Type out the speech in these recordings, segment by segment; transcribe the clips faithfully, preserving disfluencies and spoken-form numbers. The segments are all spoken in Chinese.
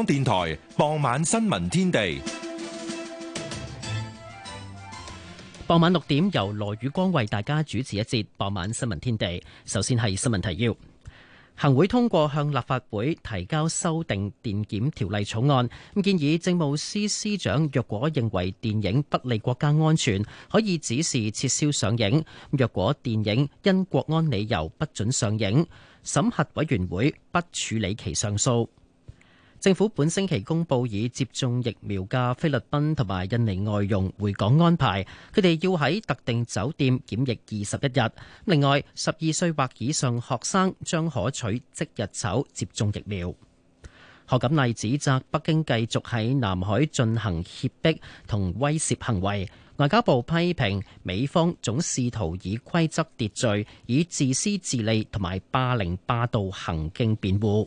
電台傍晚新聞天地。 傍晚六點由羅宇光為大家主持一節傍晚新聞天地。首先係新聞提要。行會通過向立法會提交修訂電檢條例草案，建議政務司司長若果認為電影不利國家安全，可以指示撤銷上映；若果電影因國安理由不准上映，審核委員會不處理其上訴。政府本星期公布已接種疫苗嘅菲律賓同埋印尼外傭回港安排，佢哋要喺特定酒店檢疫二十一日。另外，十二歲或以上學生將可取即日籌接種疫苗。賀錦麗指責北京繼續喺南海進行脅迫同威懾行為，外交部批評美方總試圖以規則秩序、以自私自利同埋霸凌霸道行徑辯護。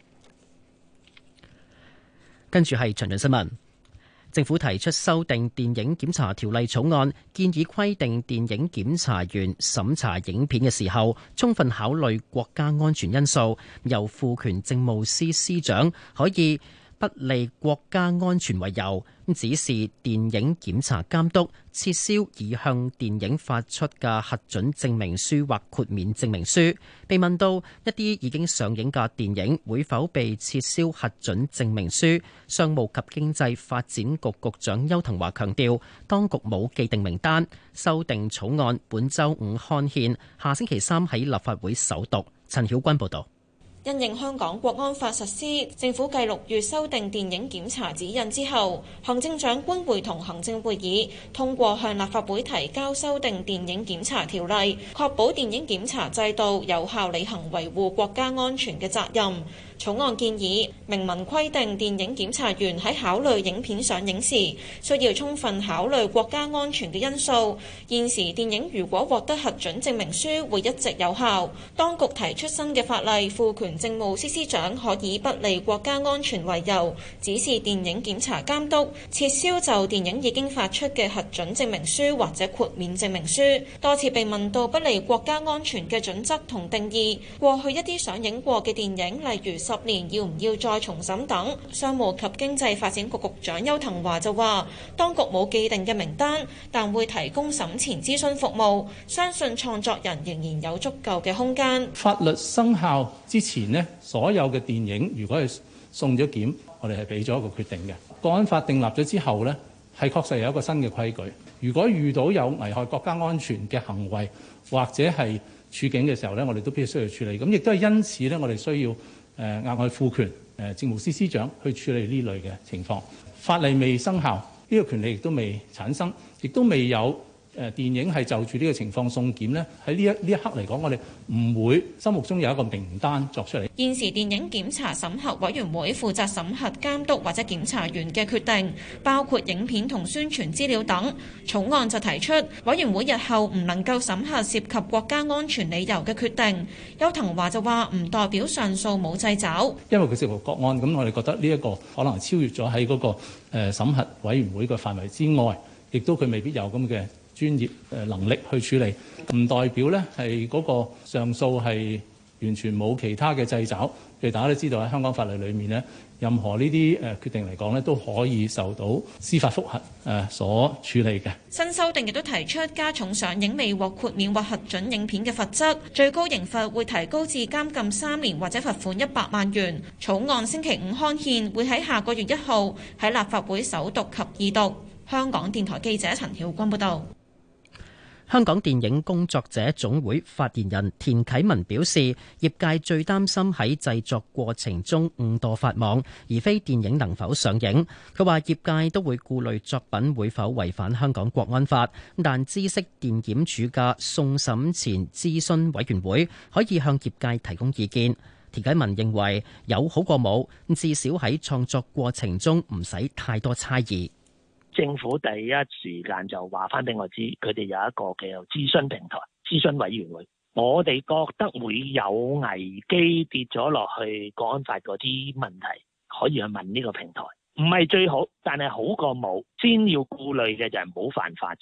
跟住係詳盡新聞。政府提出修訂電影檢查條例草案，建議規定電影檢查員審查影片嘅時候，充分考慮國家安全因素，由賦權政務司司長可以不利國家安全為由，指示電影檢查監督撤銷已向電影發出嘅核准證明書或豁免證明書。被問到一啲已經上映嘅電影會否被撤銷核准證明書，商務及經濟發展局局長邱騰華強調，當局冇既定名單，修訂草案本週五刊憲，下星期三喺立法會首讀。陳曉君報導。 因應香港國安法實施，政府繼六月修訂電影檢查指引之後，行政長官會同行政會議通過向立法會提交修訂電影檢查條例，確保電影檢查制度有效履行維護國家安全嘅責任。草案建議明文規定電影檢查員喺考慮影片上映時，需要充分考慮國家安全嘅因素。現時電影如果獲得核准證明書，會一直有效。當局提出新嘅法例，賦權政務司司長可以不利國家安全為由，指示電影檢查監督撤銷就電影已經發出嘅核准證明書或者豁免證明書。多次被問到不利國家安全嘅準則同定義，過去一啲上映過嘅電影，例如十年要唔要再重審等，商務及經濟發展局局長邱騰華就話，當局冇既定嘅名單，但會提供審前諮詢服務，相信創作人仍然有足夠嘅空間。 法律生效之前呢，所有嘅電影如果係送咗檢，我哋係俾咗一個決定嘅。國安法訂立咗之後呢，係確實有一個新嘅規矩。如果遇到有危害國家安全嘅行為或者係處境嘅時候呢，我哋都必須要處理。咁亦都係因此呢，我哋需要誒額外賦權誒政務司司長去處理呢類嘅情況。法例未生效，呢個權利亦都未產生，亦都未有誒電影係就住呢個情況送檢呢。喺呢一呢一刻嚟講，我哋唔會心目中有一個名單作出嚟。 現時電影檢查審核委員會負責審核監督或者檢查員嘅決定，包括影片同宣傳資料等。草案就提出，委員會日後唔能夠審核涉及國家安全理由嘅決定。邱騰華就話唔代表上訴冇掣肘，因為佢涉及國安，咁我哋覺得呢一個可能超越咗喺嗰個誒審核委員會嘅範圍之外，亦都佢未必有咁嘅專業誒能力去處理，唔代表呢係嗰個上訴係完全冇其他嘅掣肘。譬如大家都知道喺香港法律裏面呢，任何呢啲誒決定嚟講呢，都可以受到司法覆核誒所處理嘅。 新修訂亦都提出加重上映未獲豁免或核准影片嘅罰則，最高刑罰會提高至監禁三年或者罰款一百萬元。草案星期五刊憲，會喺下個月一號喺立法會首讀及二讀。香港電台記者陳曉君報導。 香港電影工作者總會發言人田啟文表示，業界最擔心喺製作過程中誤墮法網，而非電影能否上映。佢話業界都會顧慮作品會否違反香港國安法，但知悉電檢署嘅送審前諮詢委員會可以向業界提供意見。田啟文認為有好過冇，至少喺創作過程中唔使太多差異。 政府第一時間就話翻俾我知，佢哋有一個嘅諮詢平台、諮詢委員會。我哋覺得會有危機跌咗落去國安法嗰啲問題，可以去問呢個平台。唔係最好，但係好過冇。先要顧慮嘅就係唔好犯法先。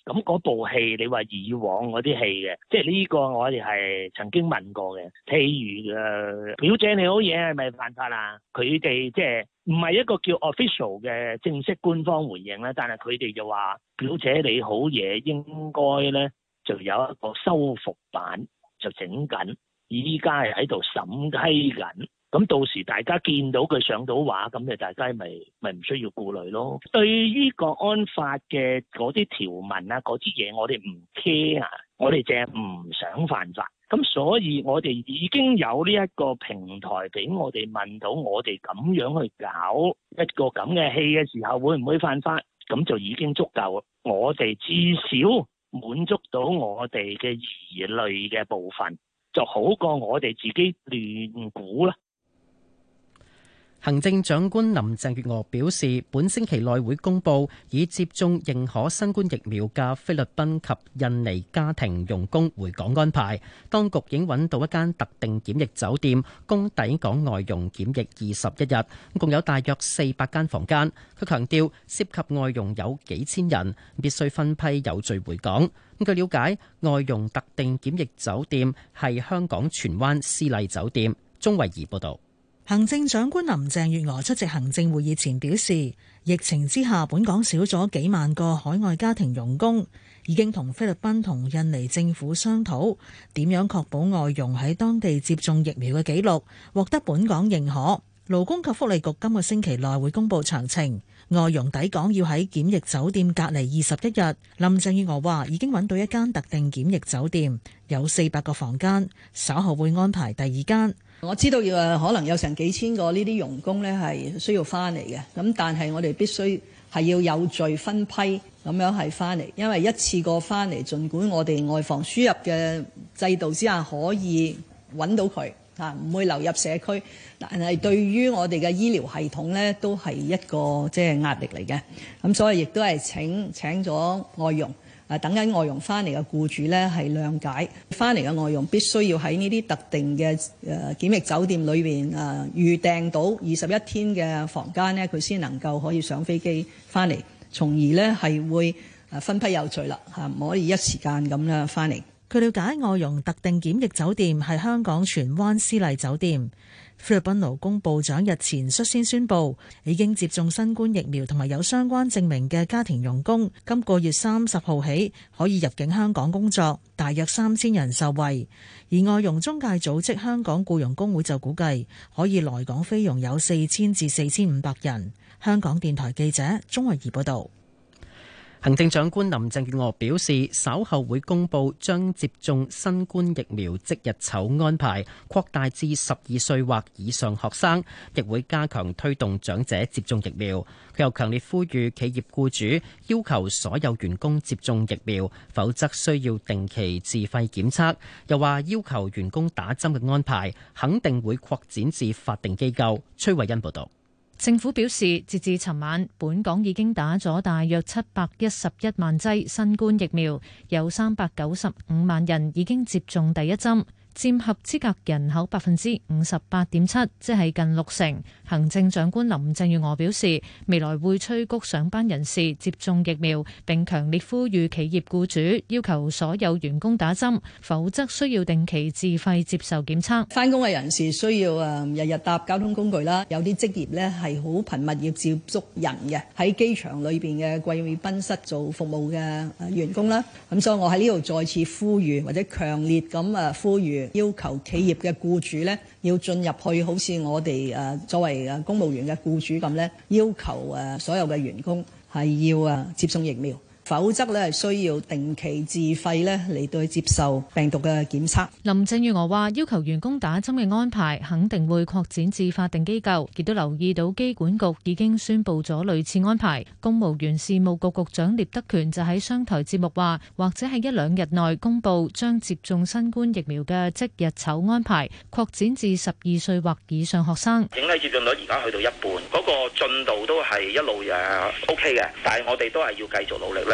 咁嗰部戲，你話以往嗰啲戲嘅，即係呢個我哋係曾經問過嘅。譬如誒、呃，表姐你好嘢係咪犯法啊？佢哋即係唔係一個叫 official 嘅正式官方回應咧，但係佢哋就話表姐你好嘢應該咧就有一個修復版就整緊，依家係喺度審批緊。咁到時大家見到佢上到畫，咁就大家咪咪唔需要顧慮咯。對於國安法嘅嗰啲條文啊，嗰啲嘢我哋唔 care，我哋淨係唔想犯法。咁所以我哋已經有呢一個平台俾我哋問到，我哋咁樣去搞一個咁嘅戲嘅時候，會唔會犯法？咁就已經足夠，我哋至少滿足到我哋嘅疑慮嘅部分，就好過我哋自己亂估啦。 行政長官林鄭月娥表示，本星期內會公布已接種認可新冠疫苗嘅菲律賓及印尼家庭傭工回港安排。當局已經揾到一間特定檢疫酒店，供抵港外傭檢疫二十一日，共有大約四百間房間。佢強調，涉及外傭有幾千人，必須分批有序回港。據了解，外傭特定檢疫酒店係香港荃灣絲麗酒店。鍾慧儀報導。 行政長官林鄭月娥出席行政會議前表示，疫情之下本港少咗幾萬個海外家庭傭工，已經同菲律賓同印尼政府商討點樣確保外傭喺當地接種疫苗嘅記錄獲得本港認可。勞工及福利局今個星期內會公布詳情。外傭抵港要喺檢疫酒店隔離二十一日。林鄭月娥話已經揾到一間特定檢疫酒店，有四百個房間，稍後會安排第二間。 我知道要可能有成幾千個呢啲傭工咧係需要翻嚟嘅，咁但係我哋必須係要有序分批咁樣係翻嚟，因為一次過翻嚟，儘管我哋外防輸入嘅制度之下可以揾到佢啊，唔會流入社區，但係對於我哋嘅醫療系統咧都係一個即係壓力嚟嘅，咁所以亦都係請請咗外傭。啊！等緊外傭翻嚟嘅僱主咧，係諒解翻嚟嘅外傭必須要喺呢啲特定嘅誒檢疫酒店裏邊誒預訂到二十一天嘅房間咧，佢先能夠可以上飛機翻嚟，從而咧係會誒分批有序啦嚇，唔可以一時間咁樣翻嚟。 據了解，外傭特定檢疫酒店係香港荃灣絲麗酒店。菲律賓勞工部長日前率先宣布，已經接種新冠疫苗同埋有相關證明嘅家庭傭工，今個月三十號起可以入境香港工作，大約三千人受惠。而外傭中介組織香港僱傭工會就估計，可以來港菲傭有四千至四千五百人。香港電台記者鍾慧儀報道。 行政長官林鄭月娥表示，稍後會公布將接種新冠疫苗即日籌安排擴大至十二歲或以上學生，亦會加強推動長者接種疫苗。佢又強烈呼籲企業僱主要求所有員工接種疫苗，否則需要定期自費檢測。又話要求員工打針嘅安排肯定會擴展至法定機構。崔慧欣報道。 政府表示，截至尋晚，本港已經打咗大約七百一十一萬劑新冠疫苗，有三百九十五萬人已經接種第一針，佔合資格人口百分之五十八點七，即係近六成。行政長官林鄭月娥表示，未來會催谷上班人士接種疫苗，並強烈呼籲企業僱主要求所有員工打針，否則需要定期自費接受檢測。 返工嘅人士需要誒日日搭交通工具啦，有啲職業呢係好頻密要接觸人嘅，喺機場裏邊嘅貴賓室做服務嘅員工啦。咁所以我喺呢度再次呼籲或者強烈咁誒呼籲，要求企業嘅僱主呢要進入去，好似我哋誒作為誒公務員嘅僱主咁呢，要求誒所有嘅員工係要誒接種疫苗，否則咧需要定期自費咧嚟到接受病毒嘅檢測。 林鄭月娥話：要求員工打針嘅安排肯定會擴展至法定機構，亦都留意到機管局已經宣布咗類似安排。公務員事務局局長聶德權就喺商台節目話，或者喺一兩日內公布將接種新冠疫苗嘅即日籌安排擴展至十二歲或以上學生。 整體接種率而家去到一半，嗰個進度都係一路誒 OK 嘅，但係我哋都係要繼續努力咧。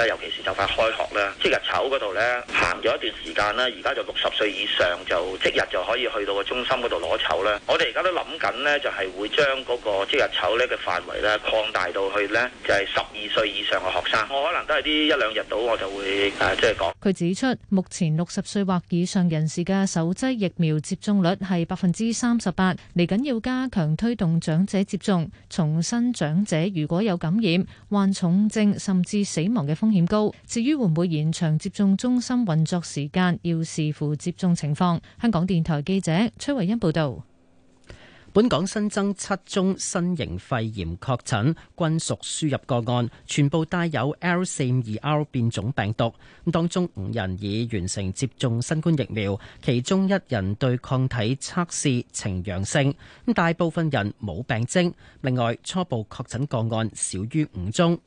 尤其是就快開學咧，即日籌嗰度咧行咗一段時間啦，而家就六十歲以上就即日就可以去到個中心嗰度攞籌咧。我哋而家都諗緊咧，就係會將嗰個即日籌咧嘅範圍咧擴大到去咧，就係十二歲以上嘅學生。我可能都係啲一兩日到，我就會誒即係講。 佢指出，目前六十歲或以上人士嘅首劑疫苗接種率係百分之三十八，嚟緊要加強推動長者接種。重申長者如果有感染、患重症甚至死亡嘅風險高。至於會唔會延長接種中心運作時間，要視乎接種情況。香港電台記者崔慧欣報道。本港新增七宗新型肺炎確診，均屬輸入個案，全部帶有 L 四五二 R 變種病毒。當中五人已完成接種新冠疫苗，其中一人對抗體測試呈陽性，大部分人冇病徵。另外，初步確診個案少於五宗。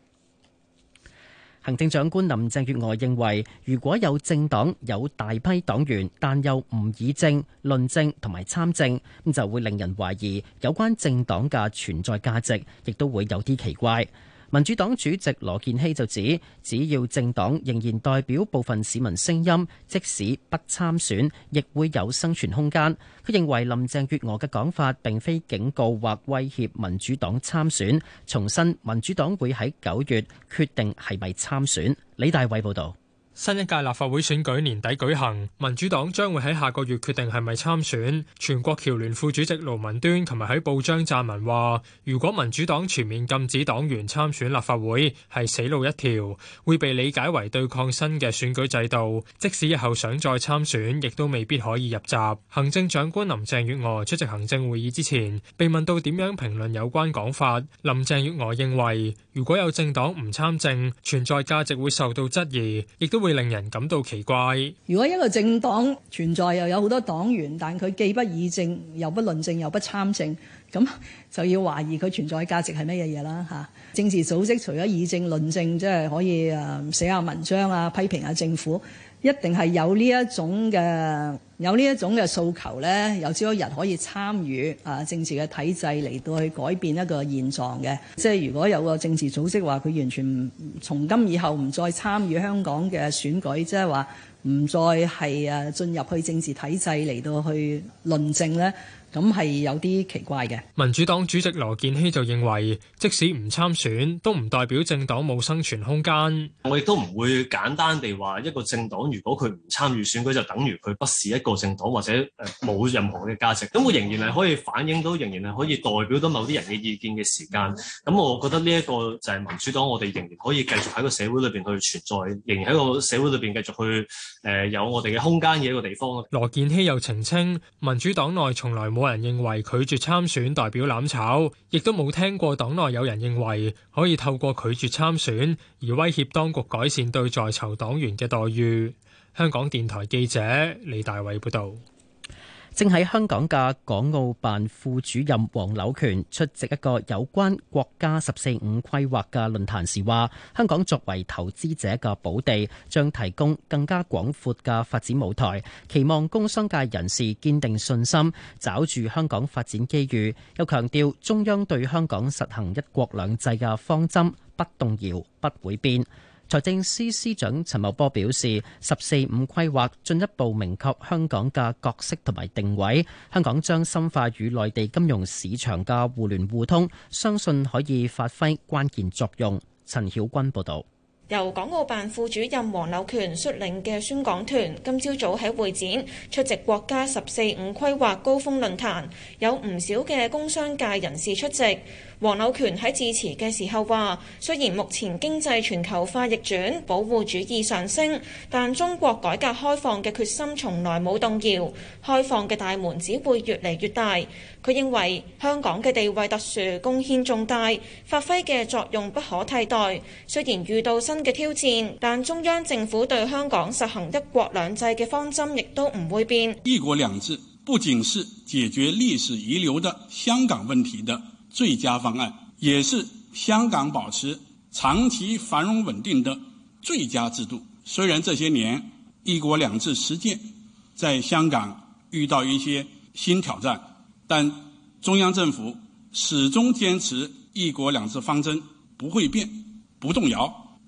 行政長官林鄭月娥認為，如果有政黨有大批黨員，但又唔議政、論政同埋參政，咁就會令人懷疑有關政黨嘅存在價值，亦都會有啲奇怪。民主黨主席羅健熙就指，只要政黨仍然代表部分市民聲音，即使不參選，亦會有生存空間。佢認為林鄭月娥嘅講法並非警告或威脅民主黨參選，重申民主黨會喺九月決定係咪參選。李大偉報導。 新一屆立法會選舉年底舉行，民主黨將會喺下個月決定係咪參選。全國僑聯副主席盧文端琴日喺報章撰文話，如果民主黨全面禁止黨員參選立法會，係死路一條，會被理解為對抗新嘅選舉制度，即使日後想再參選，亦都未必可以入閘。行政長官林鄭月娥出席行政會議之前，被問到點樣評論有關講法，林鄭月娥認為，如果有政黨唔參政，存在價值會受到質疑，亦都會令人感到奇怪。 如果一個政黨存在又有好多黨員，但佢既不議政又不論政又不參政，咁就要懷疑佢存在價值係乜嘢嘢啦嚇。政治組織除咗議政論政，即係可以誒寫下文章啊，批評下政府，一定係有呢一種嘅有呢一種嘅訴求咧，有朝一日可以參與啊政治嘅體制嚟到去改變一個現狀嘅。即係如果有個政治組織話佢完全唔從今以後唔再參與香港嘅選舉，即係話唔再係誒進入去政治體制嚟到去論證咧，咁係有啲奇怪嘅。 民主黨主席羅健熙就認為，即使唔參選，都唔代表政黨冇生存空間。 我亦都唔會簡單地話一個政黨如果佢唔參與選舉，就等於佢不是一個政黨或者誒冇任何嘅價值。咁佢仍然係可以反映到，仍然係可以代表到某啲人嘅意見嘅時間。咁我覺得呢一個就係民主黨，我哋仍然可以繼續喺個社會裏邊去存在，仍然喺個社會裏邊繼續去誒、呃、有我哋嘅空間嘅一個地方。 羅健熙又澄清，民主黨內從來冇人認為拒絕參選代表攬炒，亦都冇聽過黨內有人認為可以透過拒絕參選而威脅當局改善對在囚黨員嘅待遇。香港電台記者李大偉報導。正喺香港嘅港澳辦副主任黃柳權出席一個有關國家十四五規劃嘅論壇時話，香港作為投資者嘅寶地，將提供更加廣闊嘅發展舞台，期望工商界人士堅定信心，抓住香港發展機遇。又強調中央對香港實行一國兩制嘅方針不動搖，不會變。財政司司長陳茂波表示，十四五規劃進一步明確香港嘅角色同埋定位，香港將深化與內地金融市場嘅互聯互通，相信可以發揮關鍵作用。陳曉君報導。 由港澳辦副主任黃柳權率領嘅宣講團今朝早喺會展出席國家十四五規劃高峰論壇，有唔少嘅工商界人士出席。黃柳權喺致辭嘅時候話，雖然目前經濟全球化逆轉，保護主義上升，但中國改革開放嘅決心從來冇動搖，開放嘅大門只會越嚟越大。佢認為香港嘅地位特殊，貢獻重大，發揮嘅作用不可替代。雖然遇到新嘅挑戰，但中央政府對香港實行一國兩制嘅方針亦都唔會變。 一國兩制不僅是解決歷史遺留的香港問題的最佳方案，也是香港保持長期繁榮穩定的最佳制度。雖然這些年一國兩制實踐在香港遇到一些新挑戰，但中央政府始終堅持一國兩制方針不會變、不動搖。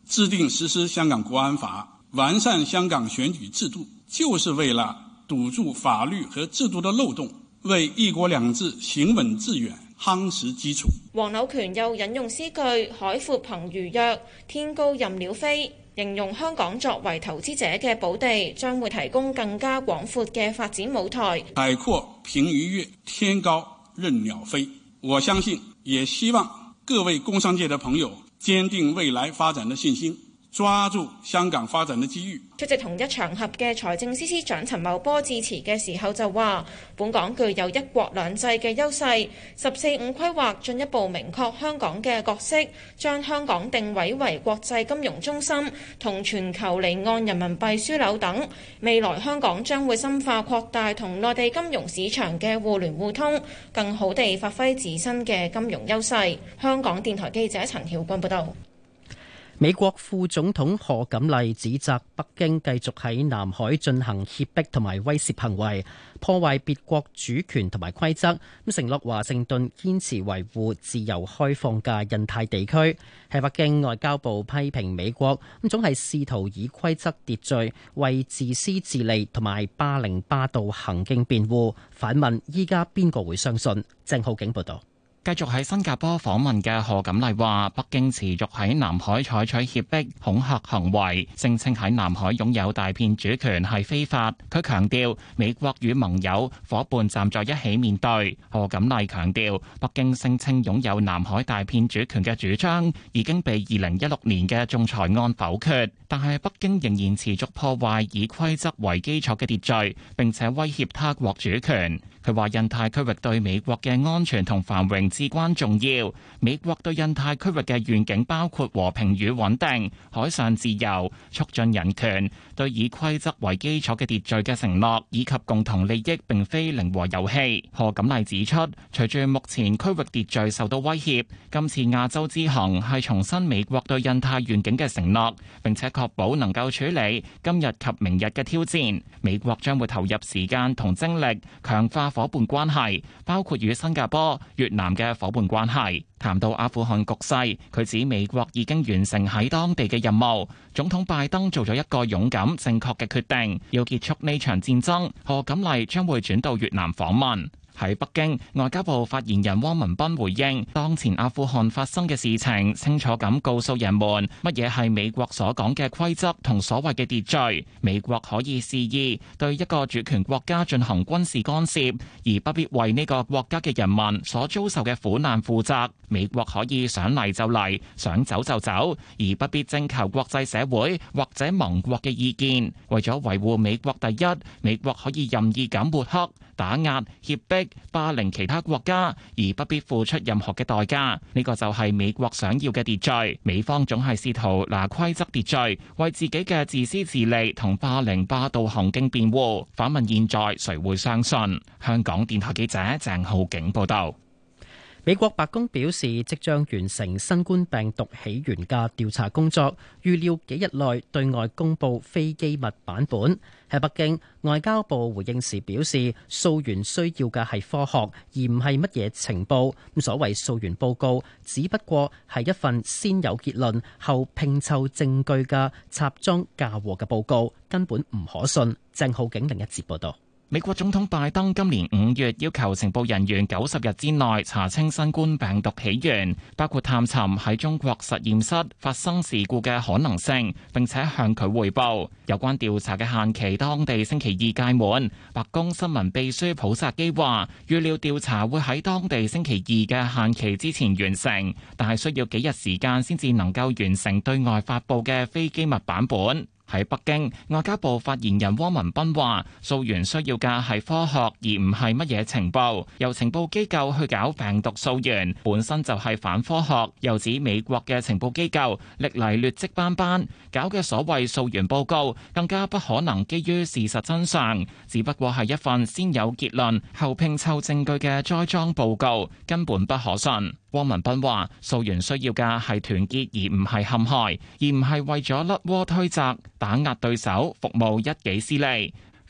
制定實施香港國安法，完善香港選舉制度，就是為了堵住法律和制度的漏洞，為一國兩制行穩致遠夯實基礎。 黃柳權又引用詩句「海闊憑魚躍，天高任鳥飛」，形容香港作為投資者嘅寶地，將會提供更加廣闊嘅發展舞台。 海闊憑魚躍，天高任鳥飛。我相信，也希望各位工商界的朋友堅定未來發展的信心，抓住香港發展的機遇。 出席同一場合嘅財政司司長陳茂波致辭嘅時候就話，本港具有一國兩制嘅優勢，十四五規劃進一步明確香港嘅角色，將香港定位為國際金融中心同全球離岸人民幣樞紐等。未來香港將會深化擴大同內地金融市場嘅互聯互通，更好地發揮自身嘅金融優勢。香港電台記者陳曉君報道。 美國副總統賀錦麗指責北京繼續喺南海進行脅迫同埋威懾行為，破壞別國主權同埋規則，咁承諾華盛頓堅持維護自由開放嘅印太地區。喺北京，外交部批評美國咁總係試圖以規則秩序為自私自利同埋霸凌霸道行徑辯護，反問依家邊個會相信？鄭浩景報道。 繼續喺新加坡訪問嘅賀錦麗話，北京持續喺南海採取脅迫、恐嚇行為，聲稱喺南海擁有大片主權係非法。佢強調，美國與盟友、伙伴站在一起面對。賀錦麗強調，北京聲稱擁有南海大片主權嘅主張已經被二零一六年嘅仲裁案否決，但係北京仍然持續破壞以規則為基礎嘅秩序，並且威脅他國主權。佢話印太區域對美國嘅安全同繁榮至關重要。美國對印太區域嘅願景包括和平與穩定、海上自由、促進人權、對以規則為基礎嘅秩序嘅承諾，以及共同利益並非零和遊戲。賀錦麗指出，隨住目前區域秩序受到威脅，今次亞洲之行係重申美國對印太願景嘅承諾，並且確保能夠處理今日及明日嘅挑戰。美國將會投入時間同精力強化伙伴關係，包括與新加坡、越南嘅伙伴關係。談到阿富汗局勢，佢指美國已經完成喺當地嘅任務，總統拜登做咗一個勇敢正確嘅決定，要結束呢場戰爭。賀錦麗將會轉到越南訪問。喺北京，外交部發言人汪文斌回應，當前阿富汗發生嘅事情，清楚咁告訴人們乜嘢係美國所講嘅規則同所謂嘅秩序。美國可以肆意對一個主權國家進行軍事干涉，而不必為呢個國家嘅人民所遭受嘅苦難負責。美國可以想嚟就嚟，想走就走，而不必徵求國際社會或者盟國嘅意見。為咗維護美國第一，美國可以任意咁抹黑、打壓、脅迫、霸凌其他國家，而不必付出任何嘅代價。呢個就係美國想要嘅秩序。美方總係試圖拿規則秩序為自己嘅自私自利同霸凌霸道行徑辯護。反問現在誰會相信？香港電台記者鄭浩景報道。 美國白宮表示，即將完成新冠病毒起源嘅調查工作，預料幾日內對外公佈非機密版本。喺北京，外交部回應時表示，溯源需要嘅係科學，而唔係乜嘢情報。咁所謂溯源報告，只不過係一份先有結論後拼湊證據嘅插贓嫁禍嘅報告，根本唔可信。鄭浩景另一節報道。 美國總統拜登今年五月要求情報人員九十日之內查清新冠病毒起源，包括探尋喺中國實驗室發生事故嘅可能性，並且向佢匯報。有關調查嘅限期當地星期二屆滿。白宮新聞秘書普薩基話，預料調查會喺當地星期二嘅限期之前完成，但係需要幾日時間先至能夠完成對外發佈嘅非機密版本。喺北京，外交部發言人汪文斌話，溯源需要嘅係科學，而唔係乜嘢情報。由情報機構去搞病毒溯源，本身就係反科學。又指美國嘅情報機構歷嚟劣跡斑斑，搞嘅所謂溯源報告更加不可能基於事實真相，只不過係一份先有結論後拼湊證據嘅栽贓報告，根本不可信。汪文斌話，溯源需要嘅係團結，而唔係陷害，而唔係為咗甩鍋推責、打壓對手、服務一己私利。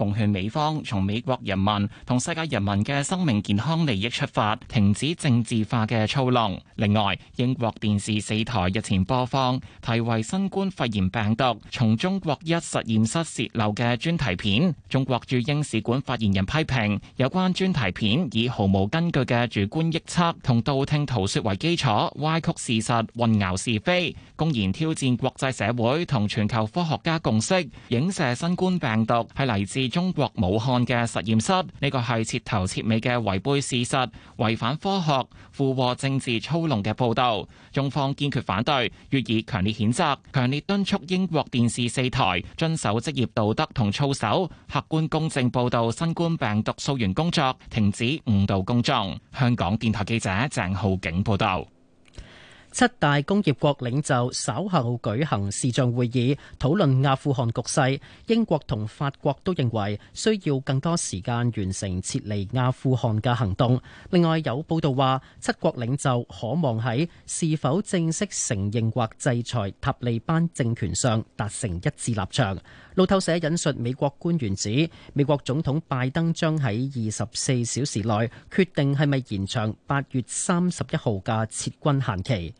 奉勸美方從美國人民同世界人民嘅生命健康利益出發，停止政治化嘅操弄。另外，英國電視四台日前播放題為《新冠肺炎病毒從中國一實驗室洩漏》嘅專題片。中國駐英使館發言人批評有關專題片以毫無根據嘅主觀臆測同道聽途說為基礎，歪曲事實，混淆是非，公然挑戰國際社會同全球科學家共識，影射新冠病毒係嚟自中國武漢嘅實驗室。呢個係徹頭徹尾嘅違背事實、違反科學、附和政治操弄嘅報導。中方堅決反對，予以強烈譴責，強烈敦促英國電視四台遵守職業道德同操守，客觀公正報導新冠病毒溯源工作，停止誤導公眾。香港電台記者鄭浩景報道。 七大工業國領袖稍後舉行視像會議，討論阿富汗局勢。英國同法國都認為需要更多時間完成撤離阿富汗嘅行動。另外有報道話，七國領袖可望喺是否正式承認或制裁塔利班政權上達成一致立場。路透社引述美國官員指，美國總統拜登將喺二十四小時內決定係咪延長八月三十一號嘅撤軍限期。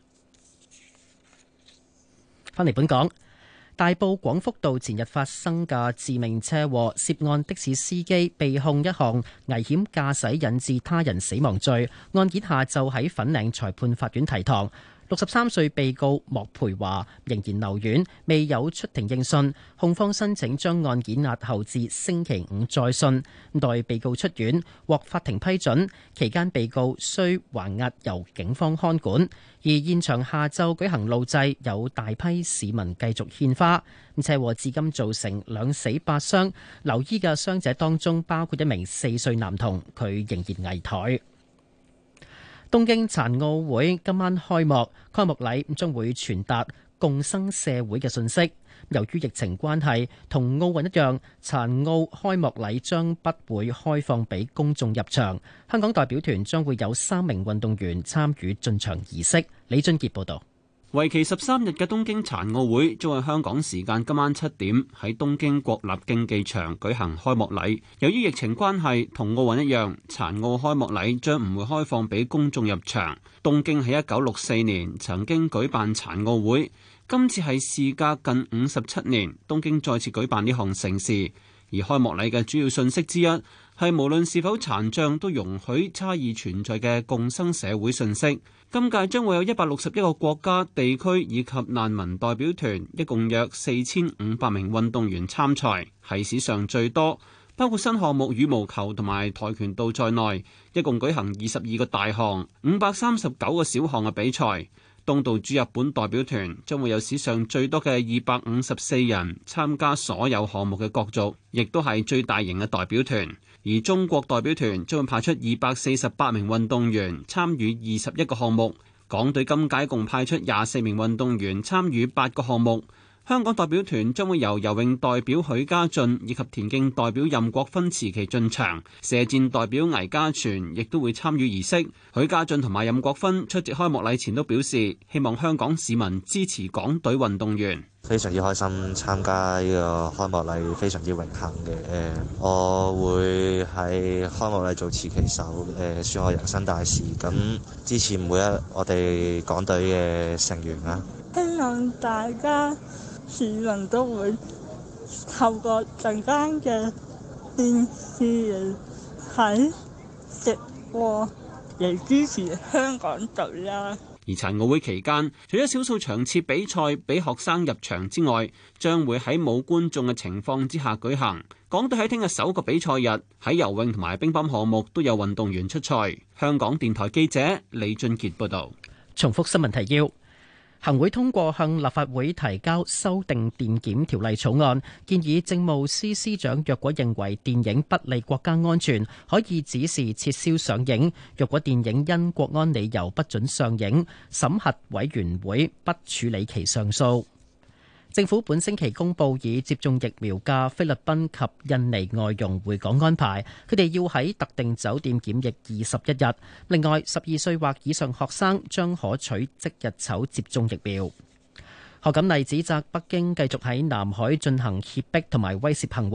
返嚟本港，大埔廣福道前日發生嘅致命車禍，涉案的士司機被控一項危險駕駛引致他人死亡罪，案件下晝喺粉嶺裁判法院提堂。六十三歲被告莫培華仍然留院，未有出庭應訊。控方申請將案件押後至星期五再訊，待被告出院獲法庭批准。期間被告需還押由警方看管。而現場下晝舉行路祭，有大批市民繼續獻花。車禍至今造成兩死八傷，留醫嘅傷者當中包括一名四歲男童，佢仍然危殆。東京殘奧會今晚開幕，開幕禮將會傳達共生社會嘅信息。由於疫情關係，同奧運一樣，殘奧開幕禮將不會開放俾公眾入場。香港代表團將會有三名運動員參與進場儀式。李俊傑報導。 為期十三日嘅東京殘奧會將喺香港時間今晚七點喺東京國立競技場舉行開幕禮。由於疫情關係，同奧運一樣，殘奧開幕禮將唔會開放俾公眾入場。東京喺一九六四年曾經舉辦殘奧會，今次係事隔近五十七年，東京再次舉辦呢項盛事。而開幕禮嘅主要信息之一係無論是否殘障都容許差異存在嘅共生社會信息。今屆將會有一百六十一個國家、地區以及難民代表團，一共約四千五百名運動員參賽，係史上最多。包括新項目羽毛球同埋跆拳道在內，一共舉行二十二個大項、五百三十九個小項嘅比賽。東道主日本代表團將會有史上最多嘅二百五十四人參加所有項目嘅角逐，亦都係最大型嘅代表團。而中國代表團將會派出二百四十八名運動員參與二十一個項目。港隊今屆共派出廿四名運動員參與八個項目。香港代表團將會由游泳代表許家俊以及田徑代表任國芬持旗進場，射箭代表倪家全亦都會參與儀式。許家俊同埋任國芬出席開幕禮前都表示，希望香港市民支持港隊運動員。 非常之開心參加呢個開幕禮，非常之榮幸嘅。誒，我會喺開幕禮做持旗手，誒，算我人生大事。咁支持每一我哋港隊嘅成員啦。 希望大家市民都會透過陣間嘅電視嚟睇直播嚟支持香港隊啦。 而殘奧會期間，除咗少數場次比賽俾學生入場之外，將會喺冇觀眾嘅情況之下舉行。港隊喺聽日首個比賽日喺游泳同埋乒乓項目都有運動員出賽。香港電台記者李俊傑報導。 重複新聞提要。行會通過向立法會提交修訂電檢條例草案，建議政務司司長若果認為電影不利國家安全，可以指示撤銷上映；若果電影因國安理由不准上映，審核委員會不處理其上訴。政府本星期公布已接種疫苗嘅菲律賓及印尼外傭回港安排，佢哋要喺特定酒店檢疫二十一日。另外，十二歲或以上學生將可取即日籌接種疫苗。何錦麗指責北京繼續喺南海進行脅迫同埋威懾行為。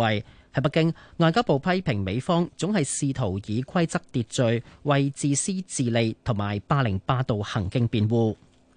喺北京，外交部批評美方總係試圖以規則秩序為自私自利同埋霸凌霸道行徑辯護。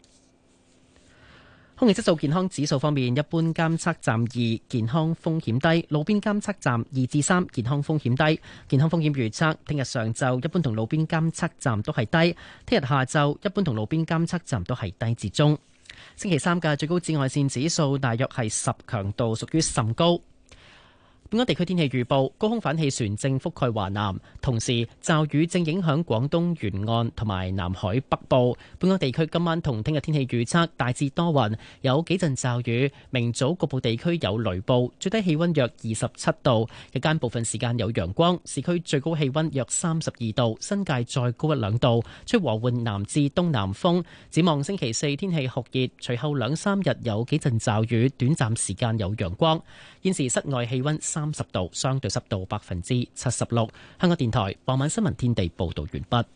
空氣質素健康指數方面，一般監測站二，健康風險低；路邊監測站二至三，健康風險低。健康風險預測：聽日上晝一般同路邊監測站都係低；聽日下晝一般同路邊監測站都係低至中。星期三嘅最高紫外線指數大約係十，強度屬於甚高。本港地區天氣預報，高空反氣旋正覆蓋華南，同時驟雨正影響廣東沿岸同埋南海北部。本港地區今晚同聽日天氣預測大致多雲，有幾陣驟雨，明早局部地區有雷暴，最低氣溫約二十七度，日間部分時間有陽光，市區最高氣溫約三十二度，新界再高一兩度，吹和緩南至東南風。展望星期四天氣酷熱，隨後兩三日有幾陣驟雨，短暫時間有陽光。現時室外氣溫三十度，相對濕度百分之七十六。香港電台傍晚新聞天地報道完畢。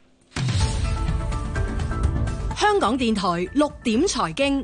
香港電台六點財經，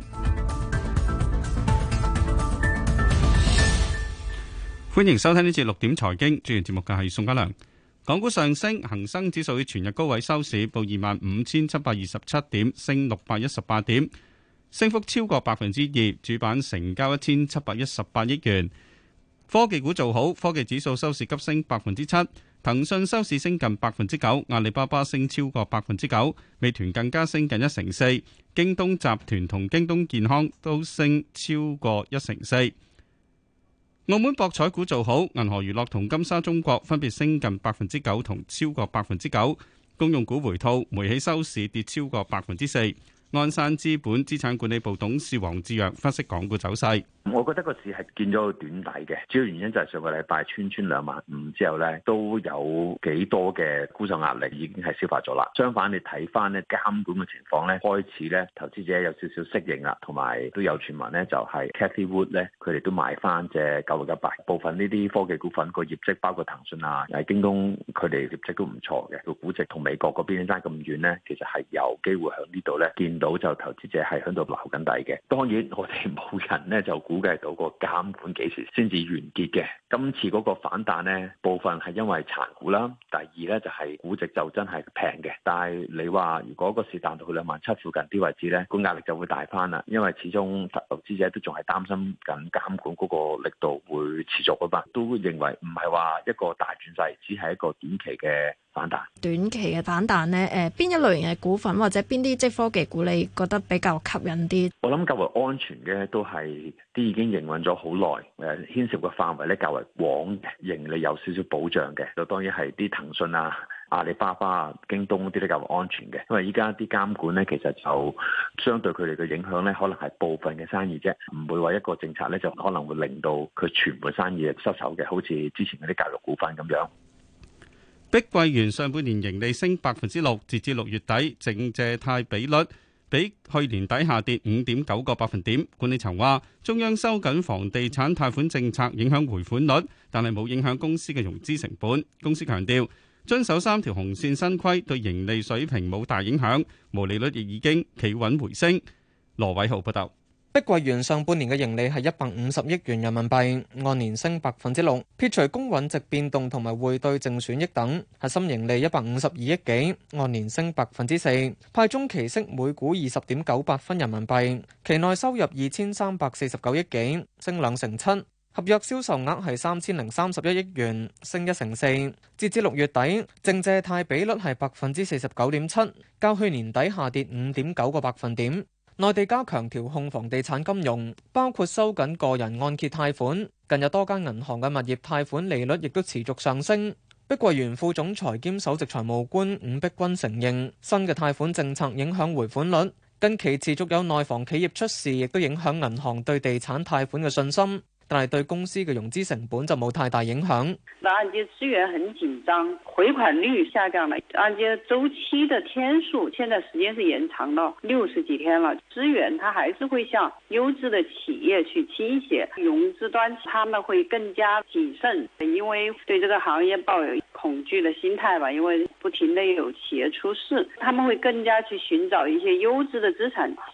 歡迎收聽呢節六點財經，主持節目嘅係宋家良。港股上升，恒生指數全日高位收市，報二萬五千七百二十七點，升六百一十八點，升幅超過百分之二。主板成交一千七百一十八億元。科技股做好，科技指數收市急升百分之七，騰訊收市升近百分之九，阿里巴巴升超過百分之九，美團更加升近一成四，京東集團同京東健康都升超過一成四。澳門博彩股做好，銀河娛樂同金沙中國分別升近百分之九同超過百分之九，公用股回吐，煤氣收市跌超過百分之四。鞍山資本資產管理部董事黃志陽分析港股走勢。 我覺得個市係見咗個短底嘅，主要原因就係上個禮拜穿穿兩萬五之後咧，都有幾多嘅沽售壓力已經係消化咗啦。相反，你睇翻咧監管嘅情況咧，開始咧投資者有少少適應啦，同埋都有傳聞咧就係 Cathy Wood 咧，佢哋都買翻隻九六一八。部分呢啲科技股份個業績，包括騰訊啊、誒京東，佢哋業績都唔錯嘅，個估值同美國嗰邊爭咁遠咧，其實係有機會喺呢度咧見到就投資者係喺度留緊底嘅。當然，我哋冇人咧就估計到個監管幾時先至完結嘅。今次嗰個反彈呢，部分係因為殘股啦，第二呢就係估值就真係平嘅。但係你話如果個市彈到去兩萬七附近啲位置呢，個壓力就會大翻啦。因為始終投資者都仲係擔心緊監管嗰個力度會持續啊嘛，都認為唔係話一個大轉勢，只係一個短期嘅反彈。 短期嘅反彈呢，誒邊一類型嘅股份或者邊啲即係科技股，你覺得比較吸引啲？ 我諗較為安全嘅都係啲已經營運咗好耐，誒牽涉嘅範圍咧較為廣嘅，盈利有少少保障嘅，就當然係啲騰訊啊、阿里巴巴啊、京東啲咧較為安全嘅。因為依家啲監管咧，其實就相對佢哋嘅影響咧，可能係部分嘅生意啫，唔會話一個政策咧就可能會令到佢全部生意失手嘅，好似之前嗰啲教育股份咁樣。 碧桂園上半年盈利升百分之六，截至六月底，淨借貸比率比去年底下跌五點九個百分點。管理層話，中央收緊房地產貸款政策影響回款率，但係冇影響公司嘅融資成本。公司強調，遵守三條紅線新規對盈利水平冇大影響，毛利率亦已經企穩回升。羅偉浩報道。 碧桂園上半年嘅盈利係一百五十億元人民幣，按年升百分之六，撇除公允值變動同埋匯兌淨損益等，核心盈利一百五十二億幾，按年升百分之四，派中期息每股二十點九八分人民幣，期內收入二千三百四十九億幾，升兩成七，合約銷售額係三千零三十一億元，升一成四。截至六月底，淨借貸比率係百分之四十九點七，較去年底下跌五點九個百分點。內地加強調控房地產金融，包括收緊個人按揭貸款。近日多間銀行嘅物業貸款利率亦都持續上升。碧桂園副總裁兼首席財務官伍碧君承認，新嘅貸款政策影響回款率。近期持續有內房企業出事，亦都影響銀行對地產貸款嘅信心。但係對公司嘅融資成本就冇太大影響。 按揭資源很緊張，回款率下降了，按揭周期的天數現在時間是延長到六十幾天了。資源它還是會向優質的企業去傾斜，融資端他們會更加謹慎，因為對這個行業抱有恐懼的心態吧，因為不停地有企業出事，他們會更加去尋找一些優質的資產。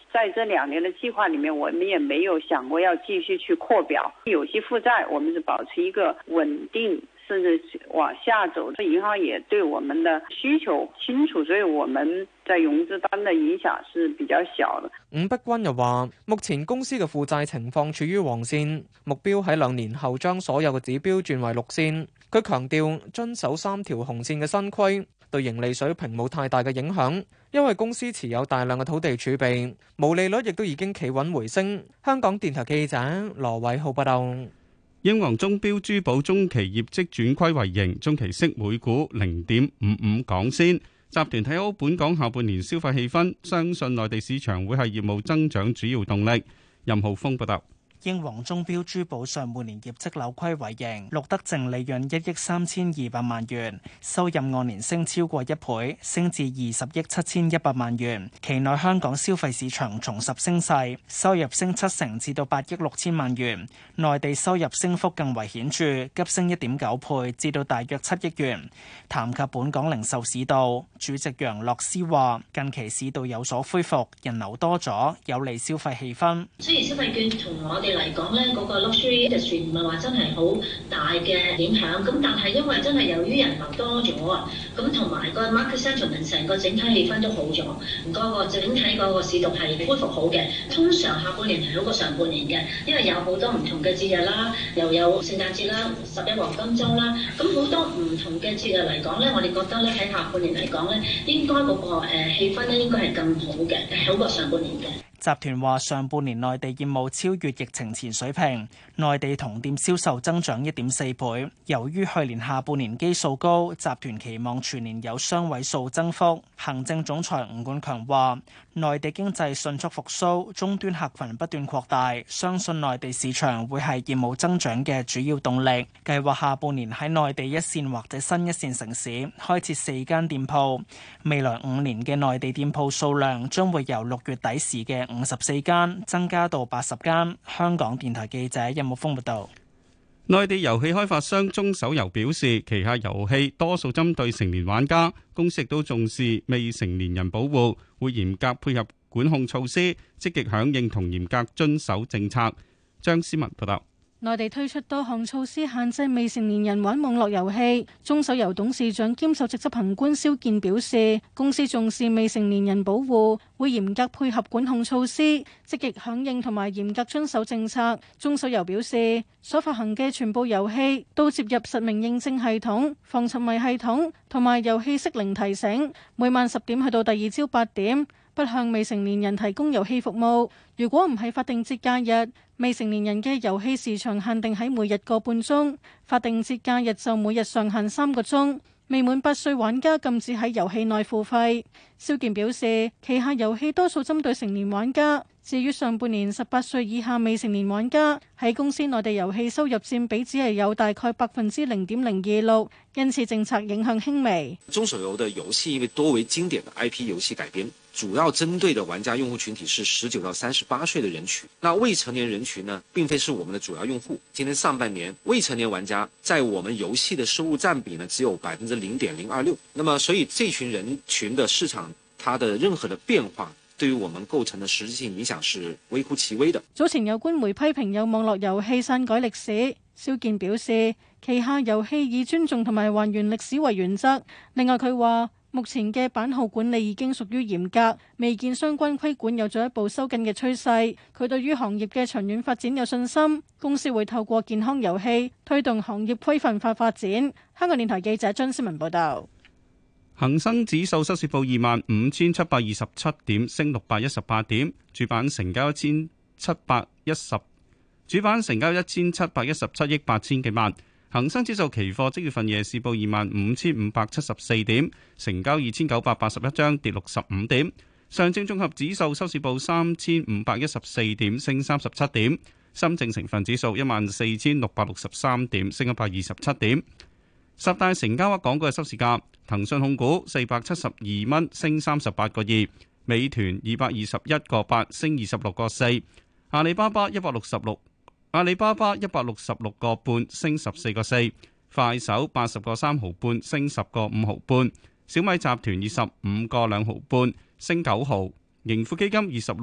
在这两年的计划里面，我们也没有想过要继续去扩表，有息负债我们是保持一个稳定甚至往下走，银行也对我们的需求清楚，所以我們在融資端的影響是比較小的。 伍碧君又話：目前公司嘅負債情況處於黃線，目標喺兩年後將所有嘅指標轉為綠線。佢強調遵守三條紅線嘅新規對盈利水平冇太大嘅影響，因為公司持有大量嘅土地儲備，毛利率亦都已經企穩回升。香港電台記者羅偉浩報道。 英皇鐘錶珠寶中期業績轉虧為盈，中期息每股零點五五港仙。集團睇好本港下半年消費氣氛，相信內地市場會係業務增長主要動力。任浩峰報道。 英皇鐘錶珠寶上半年業績扭虧為盈，錄得淨利潤一億三千二百萬元，收入按年升超過一倍，升至二十億七千一百萬元。期內香港消費市場重拾升勢，收入升七成至到八億六千萬元，內地收入升幅更為顯著，急升一點九倍至到大約七億元。談及本港零售市道，主席楊樂思話：近期市道有所恢復，人流多咗，有利消費氣氛。 雖然消費券同我哋嚟講咧，嗰個 luxury industry 唔係話真係好大嘅影響，咁但係因為真係由於人流多咗啊，咁同埋個 market sentiment 成個整體氣氛都好咗，嗰個整體嗰個市道係恢復好嘅。通常下半年係好過上半年嘅，因為有好多唔同嘅節日啦，又有聖誕節啦、十一黃金週啦，咁好多唔同嘅節日嚟講咧，我哋覺得咧喺下半年嚟講咧，應該嗰個誒氣氛咧應該係更好嘅，係好過上半年嘅。 集團話上半年內地業務超越疫情前水平，內地同店銷售增長一點四倍。由於去年下半年基數高，集團期望全年有雙位數增幅。行政總裁吳冠強話：內地經濟迅速復甦，終端客群不斷擴大，相信內地市場會係業務增長嘅主要動力。計劃下半年喺內地一線或者新一線城市開設四間店鋪，未來五年嘅內地店鋪數量將會由六月底時嘅五十四間增加到八十間。香港電台記者任木峰報道。 內地遊戲開發商中手遊表示，旗下遊戲多數針對成年玩家，公司亦都重視未成年人保護，會嚴格配合管控措施，積極響應同嚴格遵守政策。張思文報道。 內地推出多項措施限制未成年人玩網絡遊戲。中手遊董事長兼首席執行官肖健表示，公司重視未成年人保護，會嚴格配合管控措施，積極響應同埋嚴格遵守政策。中手遊表示，所發行嘅全部遊戲都接入實名認證系統、防沉迷系統同埋遊戲適齡提醒，每晚十點去到第二朝八點，不向未成年人提供遊戲服務。如果唔係法定節假日，未成年人嘅遊戲時長限定喺每日個半鐘，法定節假日就每日上限三個鐘。未滿八歲玩家禁止喺遊戲內付費。肖健表示，旗下遊戲多數針對成年玩家。至於上半年十八歲以下未成年玩家喺公司內地遊戲收入佔比只係有大概百分之零點零二六，因此政策影響輕微。 中手遊的遊戲因為多為經典的 I P 遊戲改編，主要針對的玩家用戶群體是十九到三十八歲的人群。那未成年人群呢，並非是我們的主要用戶。今年上半年，未成年玩家在我們遊戲的收入佔比呢，只有百分之零點零二六。那麼，所以這群人群的市場，它的任何的變化，對於我們構成的實質性影響是微乎其微的。 早前有官媒批評有網絡遊戲篡改歷史，肖健表示旗下遊戲以尊重同埋還原歷史為原則。另外佢話，目前嘅版號管理已經屬於嚴格，未見相關規管有進一步收緊嘅趨勢。佢對於行業嘅長遠發展有信心，公司會透過健康遊戲推動行業規範化發展。香港電台記者張思文報道。 恒生指數收市報二萬五千七百二十七點，升六百一十八點，主板成交一千七百一十，主板成交一千七百一十七億八千幾萬。恒生指數期貨即月份夜市報二萬五千五百七十四點，成交二千九百八十一張，跌六十五點。上證綜合指數收市報三千五百一十四點，升三十七點。深證成分指數一萬四千六百六十三點，升一百二十七點。十大成交額港股嘅收市價：騰訊控股四百七十二蚊，升三十八個二；美團二百二十一個八，升二十六個四；阿里巴巴一百六十六，阿里巴巴一百六十六個半，升十四個四；快手八十個三毫半，升十個五毫半；小米集團二十五個兩毫半，升九毫；盈富基金二十六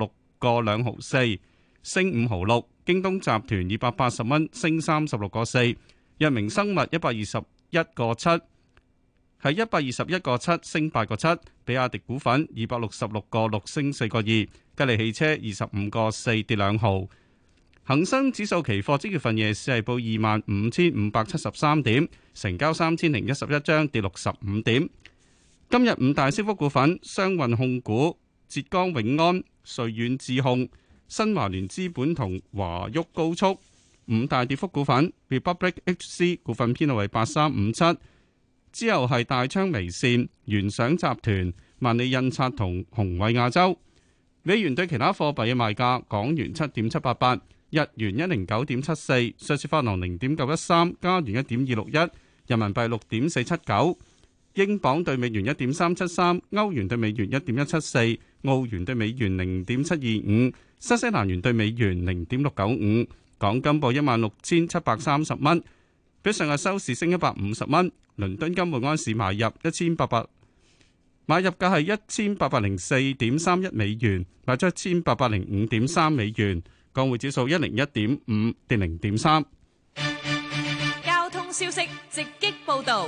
個兩毫四，升五毫六。京東集團二百八十蚊，升三十六個四。藥明生物一百二十一個七，係一百二十一個七，升八個七。比亞迪股份二百六十六個六，升四個二。吉利汽車二十五個四，跌兩毫。恒生指數期貨即月份夜市係報二萬五千五百七十三點，成交三千零一十一張，跌六十五點。今日五大升幅股份：商運控股、浙江永安、瑞遠智控、新華聯資本同華旭高速。五大跌幅股份 Republic H C 股份編號為八三五七，之後係大昌微線、原想集團、萬里印刷同宏偉亞洲。美元對其他貨幣嘅賣價：港元七點七八八，日元一零九點七四，瑞士法郎零點九一三，加元一點二六一，人民幣六點四七九，英鎊對美元一點三七三，歐元對美元一點一七四，澳元對美元零點七二五，新西蘭元對美元零點六九五。港金報一萬六千七百三十蚊，比上日收市升一百五十蚊。倫敦金每安士買入一千八百，買入價係一千八百零四點三一美元，賣出一千八百零五點三美元。港匯指數一零一點五，跌零點三。 交通消息直擊報道。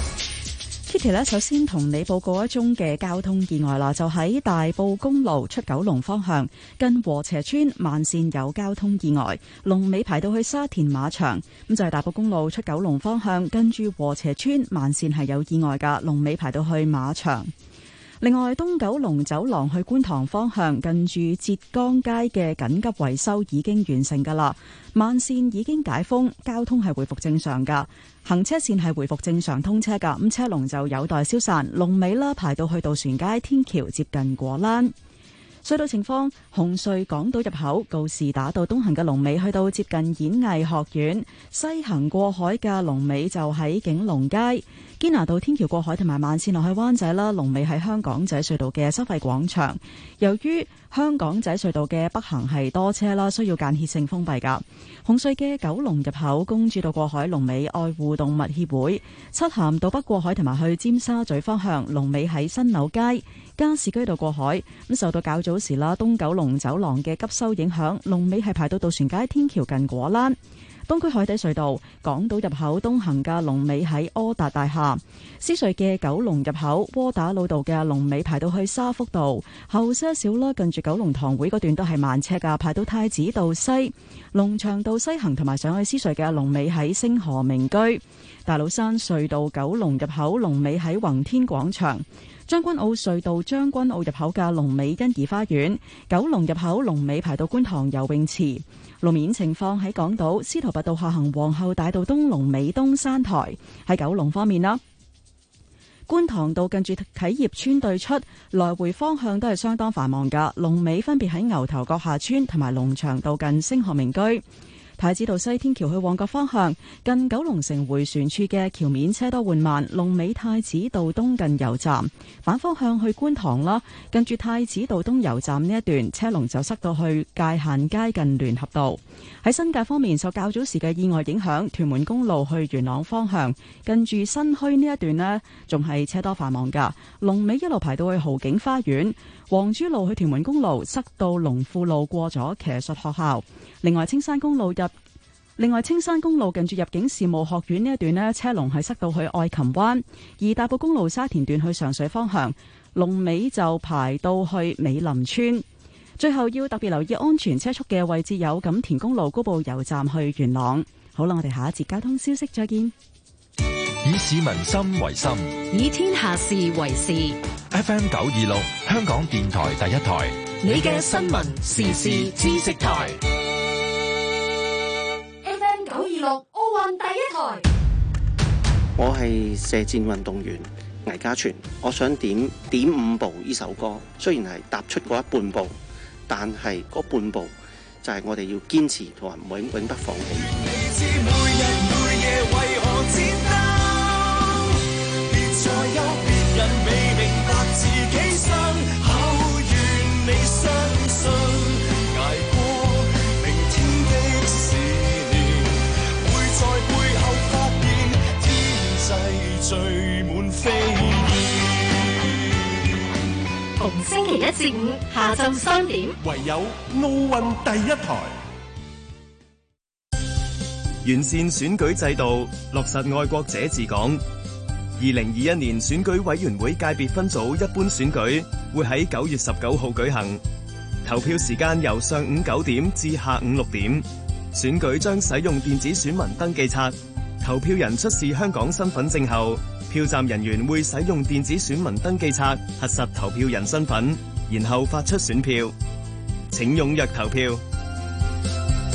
Kitty 咧，首先同你報告一宗嘅交通意外啦，就喺大埔公路出九龍方向，近禾輋村慢線有交通意外，龍尾排到去沙田馬場。咁就係大埔公路出九龍方向，跟住禾輋村慢線係有意外噶，龍尾排到去馬場。另外，東九龍走廊去觀塘方向，近住浙江街嘅緊急維修已經完成噶啦，慢線已經解封，交通係回復正常噶，行車線係回復正常通車噶，咁車龍就有待消散，龍尾啦排到去渡船街天橋接近果欄。隧道情況：紅隧港島入口告士打道東行嘅龍尾去到接近演藝學院，西行過海嘅龍尾就喺景隆街。堅拿道天橋過海同埋慢線落去灣仔啦，龍尾喺香港仔隧道嘅收費廣場。由於香港仔隧道嘅北行係多車啦，需要間歇性封閉噶。紅隧嘅九龍入口公主道過海龍尾愛護動物協會，漆咸道北過海同埋去尖沙咀方向龍尾喺新柳街。加士居道過海咁受到較早時啦東九龍走廊嘅急修影響，龍尾係排到渡船街天橋近果欄。東區海底隧道港島入口東行嘅龍尾喺柯達大廈，獅隧嘅九龍入口窩打老道嘅龍尾排到去沙福道，後些少啦，近住九龍塘會嗰段都係慢車噶，排到太子道西。龍翔道西行同埋上去獅隧嘅龍尾喺星河名居。大老山隧道九龍入口龍尾喺宏天廣場。將軍澳隧道將軍澳入口嘅龍尾欣怡花園，九龍入口龍尾排到觀塘游泳池。路面情況喺港島司徒拔道下行皇后大道東龍尾東山台。喺九龍方面啦，觀塘道近住啟業村對出來回方向都係相當繁忙噶，龍尾分別喺牛頭角下村同埋龍翔道近星河名居。太子道西天橋去旺角方向，近九龍城迴旋處嘅橋面車多緩慢，龍尾太子道東近油站。反方向去觀塘啦，近住太子道東油站呢一段車龍就塞到去界限街近聯合道。喺新界方面，受較早時嘅意外影響，屯門公路去元朗方向，近住新墟呢一段呢仲係車多繁忙噶，龍尾一路排到去豪景花園。黃珠路去屯門公路塞到龍富路過咗騎術學校。另外青山公路入另外青山公路近住入境事務學院呢一段呢車龍係塞到去愛琴灣。而大埔公路沙田段去上水方向，龍尾就排到去美林村。最後要特別留意安全車速嘅位置有錦田公路高埗油站去元朗。好啦，我哋下一節交通消息再見。 以市民心為心， 以天下事為事。 F M 九二六香港電台第一台， 你嘅新聞時事知識台。F M 九二六奧運第一台。 我係射箭運動員魏家全，我想點點五步呢首歌，雖然係踏出嗰一半步，但係嗰半步就係我哋要堅持同埋永永不放棄。你知每日每夜為何戰鬥，別再有別人未明白自己身後，願你相信捱過明天的思念，會在背後發現天際聚滿飛燕。 逢星期一一至五下晝三點， 唯有奧運第一台。 完善選舉制度，落實愛國者治港。二零二一年選舉委員會界別分組一般選舉會喺九月十九號舉行，投票時間由上午九點至下午六點。選舉將使用電子選民登記冊，投票人出示香港身份證後，票站人員會使用電子選民登記冊核實投票人身份，然後發出選票。請踴躍投票。